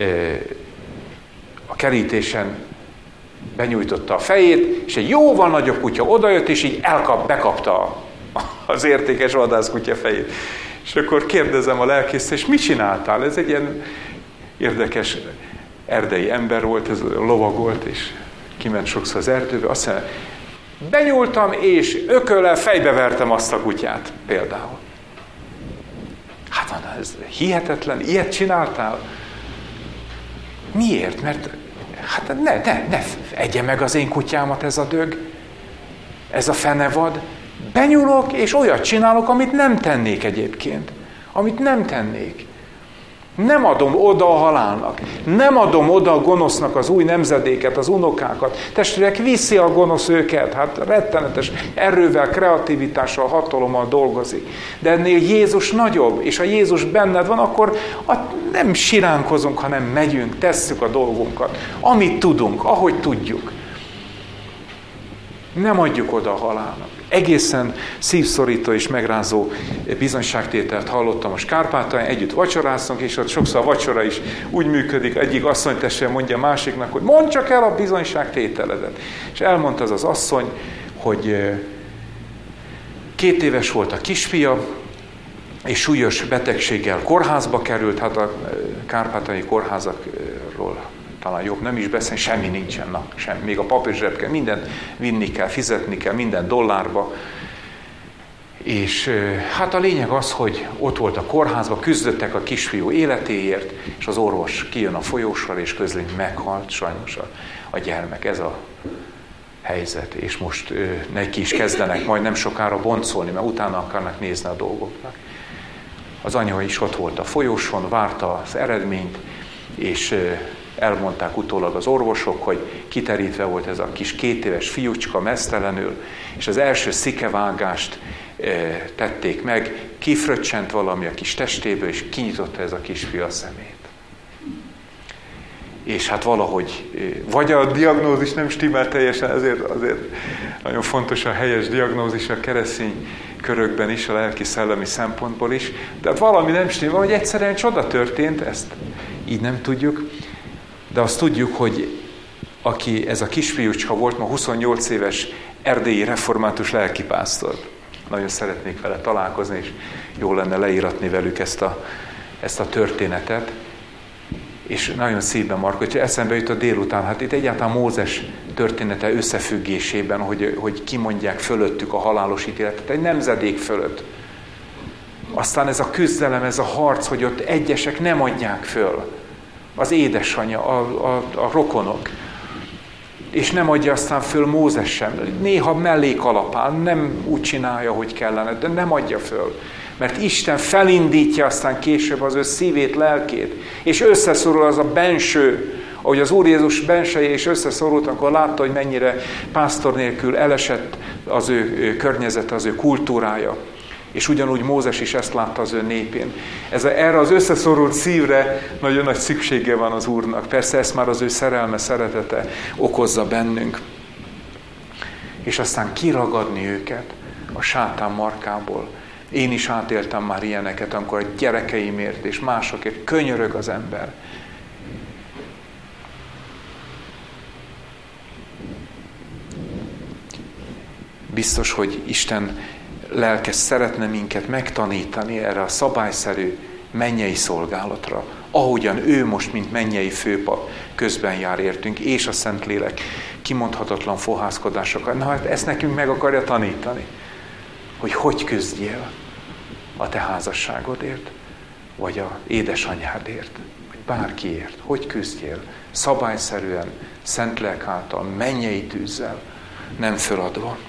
a kerítésen benyújtotta a fejét, és egy jóval nagyobb kutya odajött, és így elkap, bekapta az értékes vadászkutya fejét. És akkor kérdezem a lelkészt, és mit csináltál? Ez egy ilyen érdekes erdei ember volt, ez lovagolt, és kiment sokszor az erdőbe. Azt mondja, benyúltam, és ököllel fejbevertem azt a kutyát, például. Hát van, ez hihetetlen, ilyet csináltál? Miért? Mert hát ne, ne, ne egye meg az én kutyámat ez a dög, ez a fenevad. Benyúlok, és olyat csinálok, amit nem tennék egyébként. Amit nem tennék. Nem adom oda a halálnak. Nem adom oda a gonosznak az új nemzedéket, az unokákat. Testvérek, viszi a gonosz őket. Hát rettenetes erővel, kreativitással, hatalommal dolgozik. De ennél Jézus nagyobb, és ha Jézus benned van, akkor nem siránkozunk, hanem megyünk, tesszük a dolgunkat. Amit tudunk, ahogy tudjuk. Nem adjuk oda a halálnak. Egészen szívszorító és megrázó bizonyságtételt hallottam a Kárpátalján, együtt vacsoráztunk, és ott sokszor a vacsora is úgy működik, egyik asszonytestvére mondja a másiknak, hogy mondd csak el a bizonyságtételedet. És elmondta az az asszony, hogy két éves volt a kisfia, és súlyos betegséggel kórházba került, hát a kárpátaljai kórházakról talán jobb nem is beszélni, semmi nincsen, na, semmi. Még a papírzseb kell, mindent vinni kell, fizetni kell, minden dollárba. És hát a lényeg az, hogy ott volt a kórházban, küzdöttek a kisfiú életéért, és az orvos kijön a folyósra, és közli, meghalt sajnos a, a gyermek. Ez a helyzet. És most neki is kezdenek majd nem sokára boncolni, mert utána akarnak nézni a dolgoknak. Az anya is ott volt a folyóson, várta az eredményt, és elmondták utólag az orvosok, hogy kiterítve volt ez a kis két éves fiúcska meztelenül, és az első szikevágást e, tették meg, kifröccsent valami a kis testéből, és kinyitotta ez a kisfiú a szemét. És hát valahogy, vagy a diagnózis nem stimmel teljesen, ezért azért nagyon fontos a helyes diagnózis a keresztény körökben is, a lelki-szellemi szempontból is, de valami nem stimmel, hogy egyszerűen csoda történt, ezt így nem tudjuk, de azt tudjuk, hogy aki ez a kisfiúcska volt, ma huszonnyolc éves erdélyi református lelkipásztor. Nagyon szeretnék vele találkozni, és jó lenne leíratni velük ezt a, ezt a történetet. És nagyon szívben markol, hogy eszembe jut a délután, hát itt egyáltalán Mózes története összefüggésében, hogy, hogy kimondják fölöttük a halálos ítéletet, egy nemzedék fölött. Aztán ez a küzdelem, ez a harc, hogy ott egyesek nem adják föl. Az édesanyja, a, a, a rokonok. És nem adja aztán föl Mózes sem. Néha mellékalapán, nem úgy csinálja, hogy kellene, de nem adja föl. Mert Isten felindítja aztán később az ő szívét, lelkét, és összeszorul az a benső, ahogy az Úr Jézus benseje is összeszorult, akkor látta, hogy mennyire pásztor nélkül elesett az ő környezete, az ő kultúrája. És ugyanúgy Mózes is ezt látta az ő népén. Ez a, erre az összeszorult szívre nagyon nagy szüksége van az Úrnak. Persze ezt már az ő szerelme, szeretete okozza bennünk. És aztán kiragadni őket a sátán markából. Én is átéltem már ilyeneket, amikor a gyerekeimért és másokért könyörög az ember. Biztos, hogy Isten lelke szeretne minket megtanítani erre a szabályszerű mennyei szolgálatra, ahogyan ő most, mint mennyei főpap közben jár értünk, és a Szentlélek kimondhatatlan fohászkodásokat. Na hát ezt nekünk meg akarja tanítani, hogy hogy küzdjél a te házasságodért, vagy a édesanyádért, vagy bárkiért. Hogy küzdjél szabályszerűen, Szentlélek által, mennyei tűzzel, nem föladva.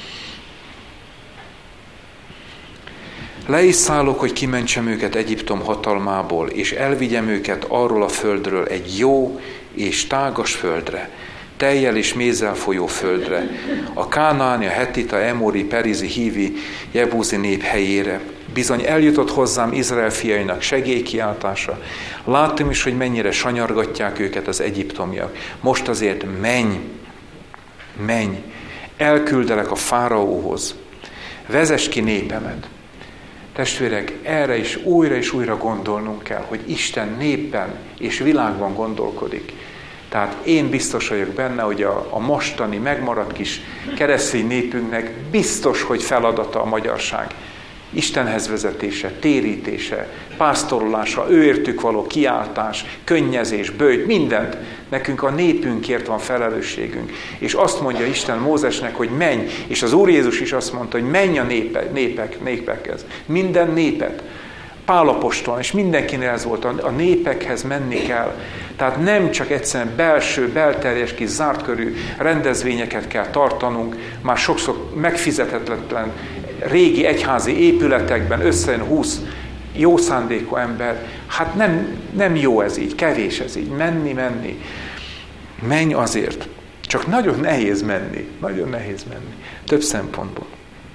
Le is szállok, hogy kimentsem őket Egyiptom hatalmából, és elvigyem őket arról a földről egy jó és tágas földre, tejjel és mézzel folyó földre, a kánaáni, a hettita, emori, perizi, hívi, jebúzi nép helyére. Bizony eljutott hozzám Izrael fiainak segélykiáltása. Láttam is, hogy mennyire sanyargatják őket az egyiptomiak. Most azért menj, menj, elküldelek a fáraóhoz, vezess ki népemet. Testvérek, erre is újra és újra gondolnunk kell, hogy Isten népben és világban gondolkodik. Tehát én biztos vagyok benne, hogy a, a mostani megmaradt kis keresztény népünknek biztos, hogy feladata a magyarság. Istenhez vezetése, térítése, pásztorolása, őértük való kiáltás, könnyezés, böjt, mindent. Nekünk a népünkért van felelősségünk. És azt mondja Isten Mózesnek, hogy menj, és az Úr Jézus is azt mondta, hogy menj a népe, népek, népekhez. Minden népet. Pál apostol, és mindenkinél ez volt, a népekhez menni kell. Tehát nem csak egyszerűen belső, belterjes, kis zártkörű rendezvényeket kell tartanunk, már sokszor megfizethetetlen régi egyházi épületekben összejön húsz jó szándékú ember. Hát nem, nem jó ez így, kevés ez így. Menni, menni. Menj azért. Csak nagyon nehéz menni. Nagyon nehéz menni. Több szempontból.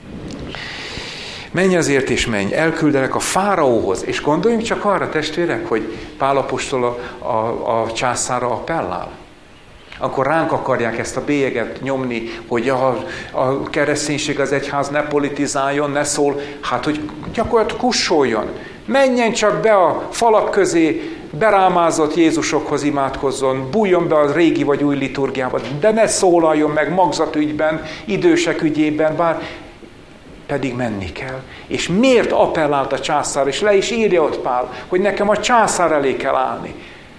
Menj azért és menj, elküldelek a fáraóhoz. És gondoljunk csak arra, testvérek, hogy Pál apostol a, a, a császára appellál. Akkor ránk akarják ezt a bélyeget nyomni, hogy a, a kereszténység, az egyház ne politizáljon, ne szól. Hát, hogy gyakorlatilag kussoljon. Menjen csak be a falak közé, berámázott Jézusokhoz imádkozzon, bújjon be a régi vagy új liturgiába, de ne szólaljon meg magzatügyben, idősek ügyében, bár pedig menni kell. És miért appellált a császár, és le is írja ott Pál, hogy nekem a császár elé kell állni.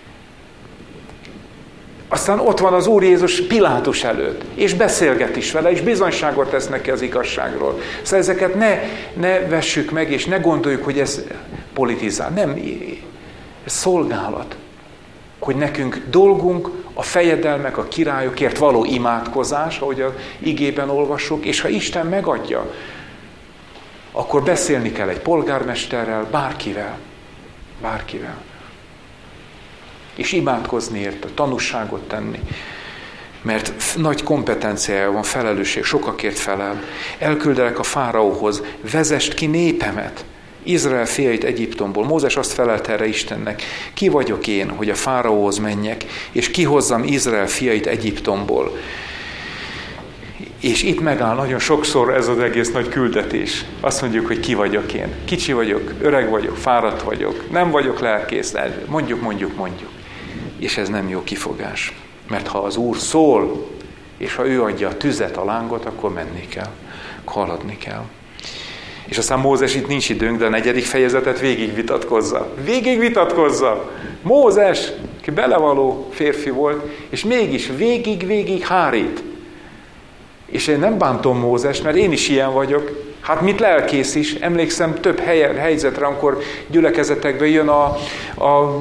Aztán ott van az Úr Jézus Pilátus előtt, és beszélget is vele, és bizonyságot tesz neki az igazságról. Szóval ezeket ne, ne vessük meg, és ne gondoljuk, hogy ez politizál. Nem, ez szolgálat. Hogy nekünk dolgunk a fejedelmek, a királyokért való imádkozás, ahogy az igében olvassuk, és ha Isten megadja, akkor beszélni kell egy polgármesterrel, bárkivel. Bárkivel. És imádkozni érte, tanúságot tenni. Mert nagy kompetenciája van, felelősség, sokakért felel. Elküldelek a fáraóhoz, vezest ki népemet, Izrael fiait Egyiptomból. Mózes azt felelt erre Istennek, ki vagyok én, hogy a fáraóhoz menjek, és kihozzam Izrael fiait Egyiptomból. És itt megáll nagyon sokszor ez az egész nagy küldetés. Azt mondjuk, hogy ki vagyok én. Kicsi vagyok, öreg vagyok, fáradt vagyok, nem vagyok lelkész, mondjuk, mondjuk, mondjuk. És ez nem jó kifogás. Mert ha az Úr szól, és ha ő adja a tüzet, a lángot, akkor menni kell, haladni kell. És aztán Mózes, itt nincs időnk, de a negyedik fejezetet végig vitatkozza. Végig vitatkozza! Mózes, ki belevaló férfi volt, és mégis végig-végig hárít. És én nem bántom Mózest, mert én is ilyen vagyok. Hát mit lelkész is, emlékszem több helyen, helyzetre, amikor gyülekezetekben jön a, a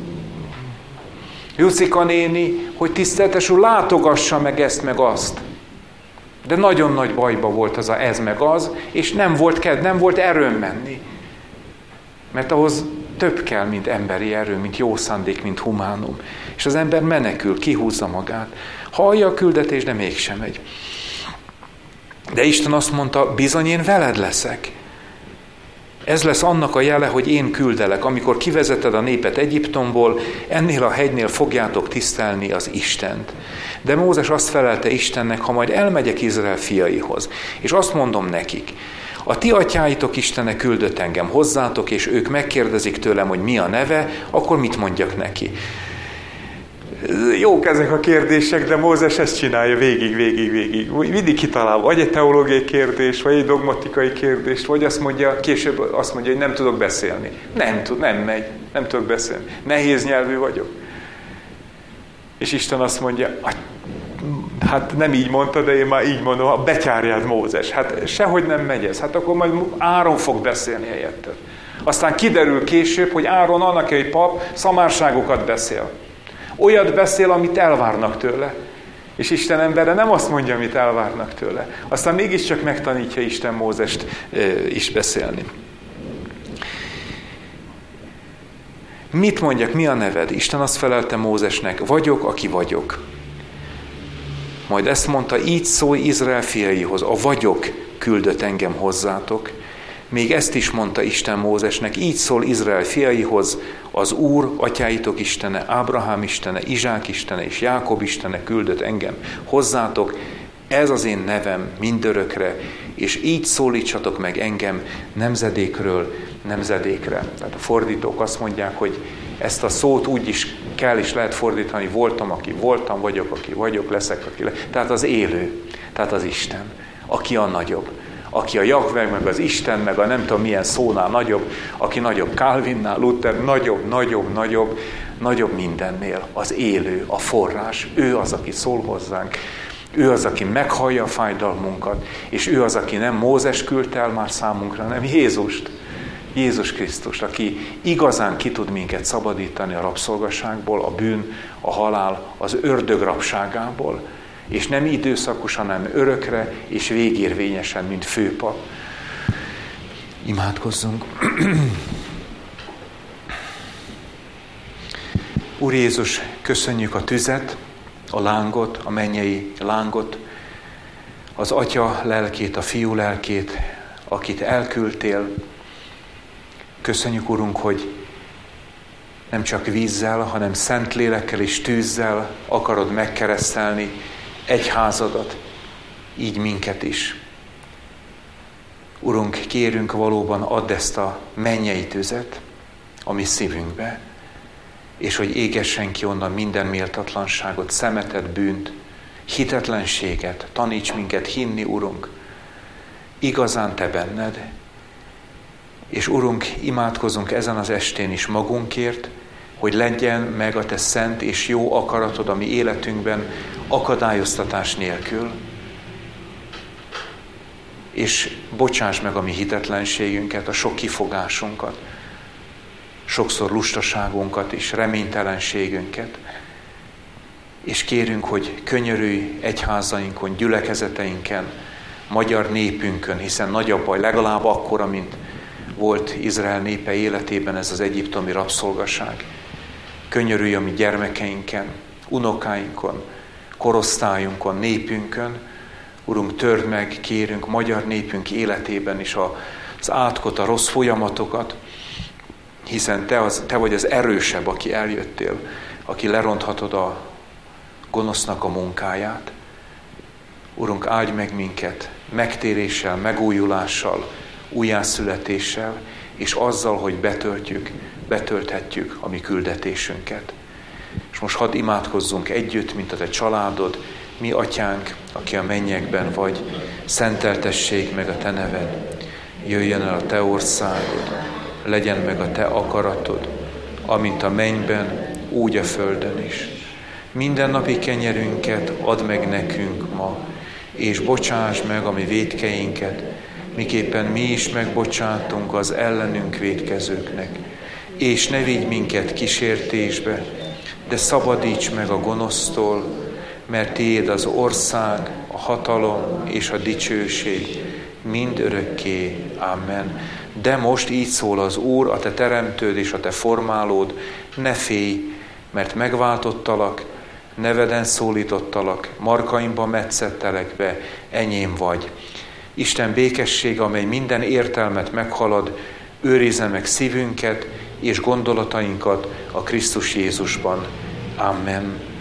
Jucika néni, hogy tiszteletes úr, látogassa meg ezt, meg azt. De nagyon nagy bajba volt az a ez, meg az, és nem volt kedv, nem volt erőm menni. Mert ahhoz több kell, mint emberi erő, mint jó szándék, mint humánum. És az ember menekül, kihúzza magát. Hallja a küldetés, de mégsem megy. De Isten azt mondta, bizony én veled leszek. Ez lesz annak a jele, hogy én küldelek. Amikor kivezeted a népet Egyiptomból, ennél a hegynél fogjátok tisztelni az Istent. De Mózes azt felelte Istennek, ha majd elmegyek Izrael fiaihoz, és azt mondom nekik, a ti atyáitok Istene küldött engem hozzátok, és ők megkérdezik tőlem, hogy mi a neve, akkor mit mondjak neki? Jók ezek a kérdések, de Mózes ezt csinálja végig, végig, végig. Mindig kitalál, vagy egy teológiai kérdés, vagy egy dogmatikai kérdést, vagy azt mondja, később azt mondja, hogy nem tudok beszélni. Nem tud, nem megy, nem tudok beszélni. Nehéz nyelvű vagyok. És Isten azt mondja, hát nem így mondta, de én már így mondom, betyárjád Mózes. Hát sehogy nem megy ez. Hát akkor majd Áron fog beszélni helyetted. Aztán kiderül később, hogy Áron annak egy pap szamárságokat beszél. Olyat beszél, amit elvárnak tőle. És Isten embere nem azt mondja, amit elvárnak tőle. Aztán mégiscsak megtanítja Isten Mózest e, is beszélni. Mit mondjak, mi a neved? Isten azt felelte Mózesnek, vagyok, aki vagyok. Majd ezt mondta, így szólj Izrael fiaihoz, a vagyok küldött engem hozzátok. Még ezt is mondta Isten Mózesnek, így szól Izrael fiaihoz, az Úr, atyáitok Istene, Ábrahám Istene, Izsák Istene és Jákob Istene küldött engem hozzátok, ez az én nevem mindörökre, és így szólítsatok meg engem nemzedékről nemzedékre. Tehát a fordítók azt mondják, hogy ezt a szót úgy is kell és lehet fordítani, voltam, aki voltam, vagyok, aki vagyok, leszek, aki leszek. Tehát az élő, tehát az Isten, aki a nagyobb. Aki a Jahve, meg az Isten, meg a nem tudom milyen szónál nagyobb, aki nagyobb Calvinnál, Luther, nagyobb, nagyobb, nagyobb, nagyobb mindennél. Az élő, a forrás, ő az, aki szól hozzánk, ő az, aki meghallja a fájdalmunkat, és ő az, aki nem Mózes küldte el már számunkra, hanem Jézust, Jézus Krisztust, aki igazán ki tud minket szabadítani a rabszolgaságból, a bűn, a halál, az ördög rabságából, és nem időszakosan, hanem örökre és végérvényesen, mint főpap. Imádkozzunk. Úr Jézus, köszönjük a tüzet, a lángot, a mennyei lángot, az Atya lelkét, a Fiú lelkét, akit elküldtél. Köszönjük, Urunk, hogy nem csak vízzel, hanem szent lélekkel és tűzzel akarod megkeresztelni egyházadat, így minket is. Urunk, kérünk valóban, add ezt a mennyei tüzet a mi szívünkbe, és hogy égessen ki onnan minden méltatlanságot, szemetet, bűnt, hitetlenséget, taníts minket hinni, Urunk, igazán Te benned. És Urunk, imádkozunk ezen az estén is magunkért, hogy legyen meg a Te szent és jó akaratod a mi életünkben akadályoztatás nélkül. És bocsáss meg a mi hitetlenségünket, a sok kifogásunkat, sokszor lustaságunkat és reménytelenségünket. És kérünk, hogy könyörülj egyházainkon, gyülekezeteinken, magyar népünkön, hiszen nagy a baj, legalább akkora, mint volt Izrael népe életében ez az egyiptomi rabszolgaság. Könyörülj a mi gyermekeinken, unokáinkon, korosztályunkon, népünkön. Urunk, törd meg, kérünk magyar népünk életében is az átkot, a rossz folyamatokat, hiszen te, az, te vagy az erősebb, aki eljöttél, aki leronthatod a gonosznak a munkáját. Urunk, áldj meg minket megtéréssel, megújulással, újjászületéssel, és azzal, hogy betöltjük, betölthetjük a mi küldetésünket. És most hadd imádkozzunk együtt, mint a te családod. Mi, Atyánk, aki a mennyekben vagy, szenteltessék meg a te neved. Jöjjön el a te országod, legyen meg a te akaratod, amint a mennyben, úgy a földön is. Minden napi kenyerünket add meg nekünk ma, és bocsáss meg a mi vétkeinket, miképpen mi is megbocsátunk az ellenünk vétkezőknek. És ne vigy minket kísértésbe, de szabadíts meg a gonosztól, mert tiéd az ország, a hatalom és a dicsőség mind örökké. Amen. De most így szól az Úr, a te teremtőd és a te formálód, ne félj, mert megváltottalak, neveden szólítottalak, markaimba metszettelek be, enyém vagy. Isten békessége, amely minden értelmet meghalad, őrizze meg szívünket és gondolatainkat a Krisztus Jézusban. Amen.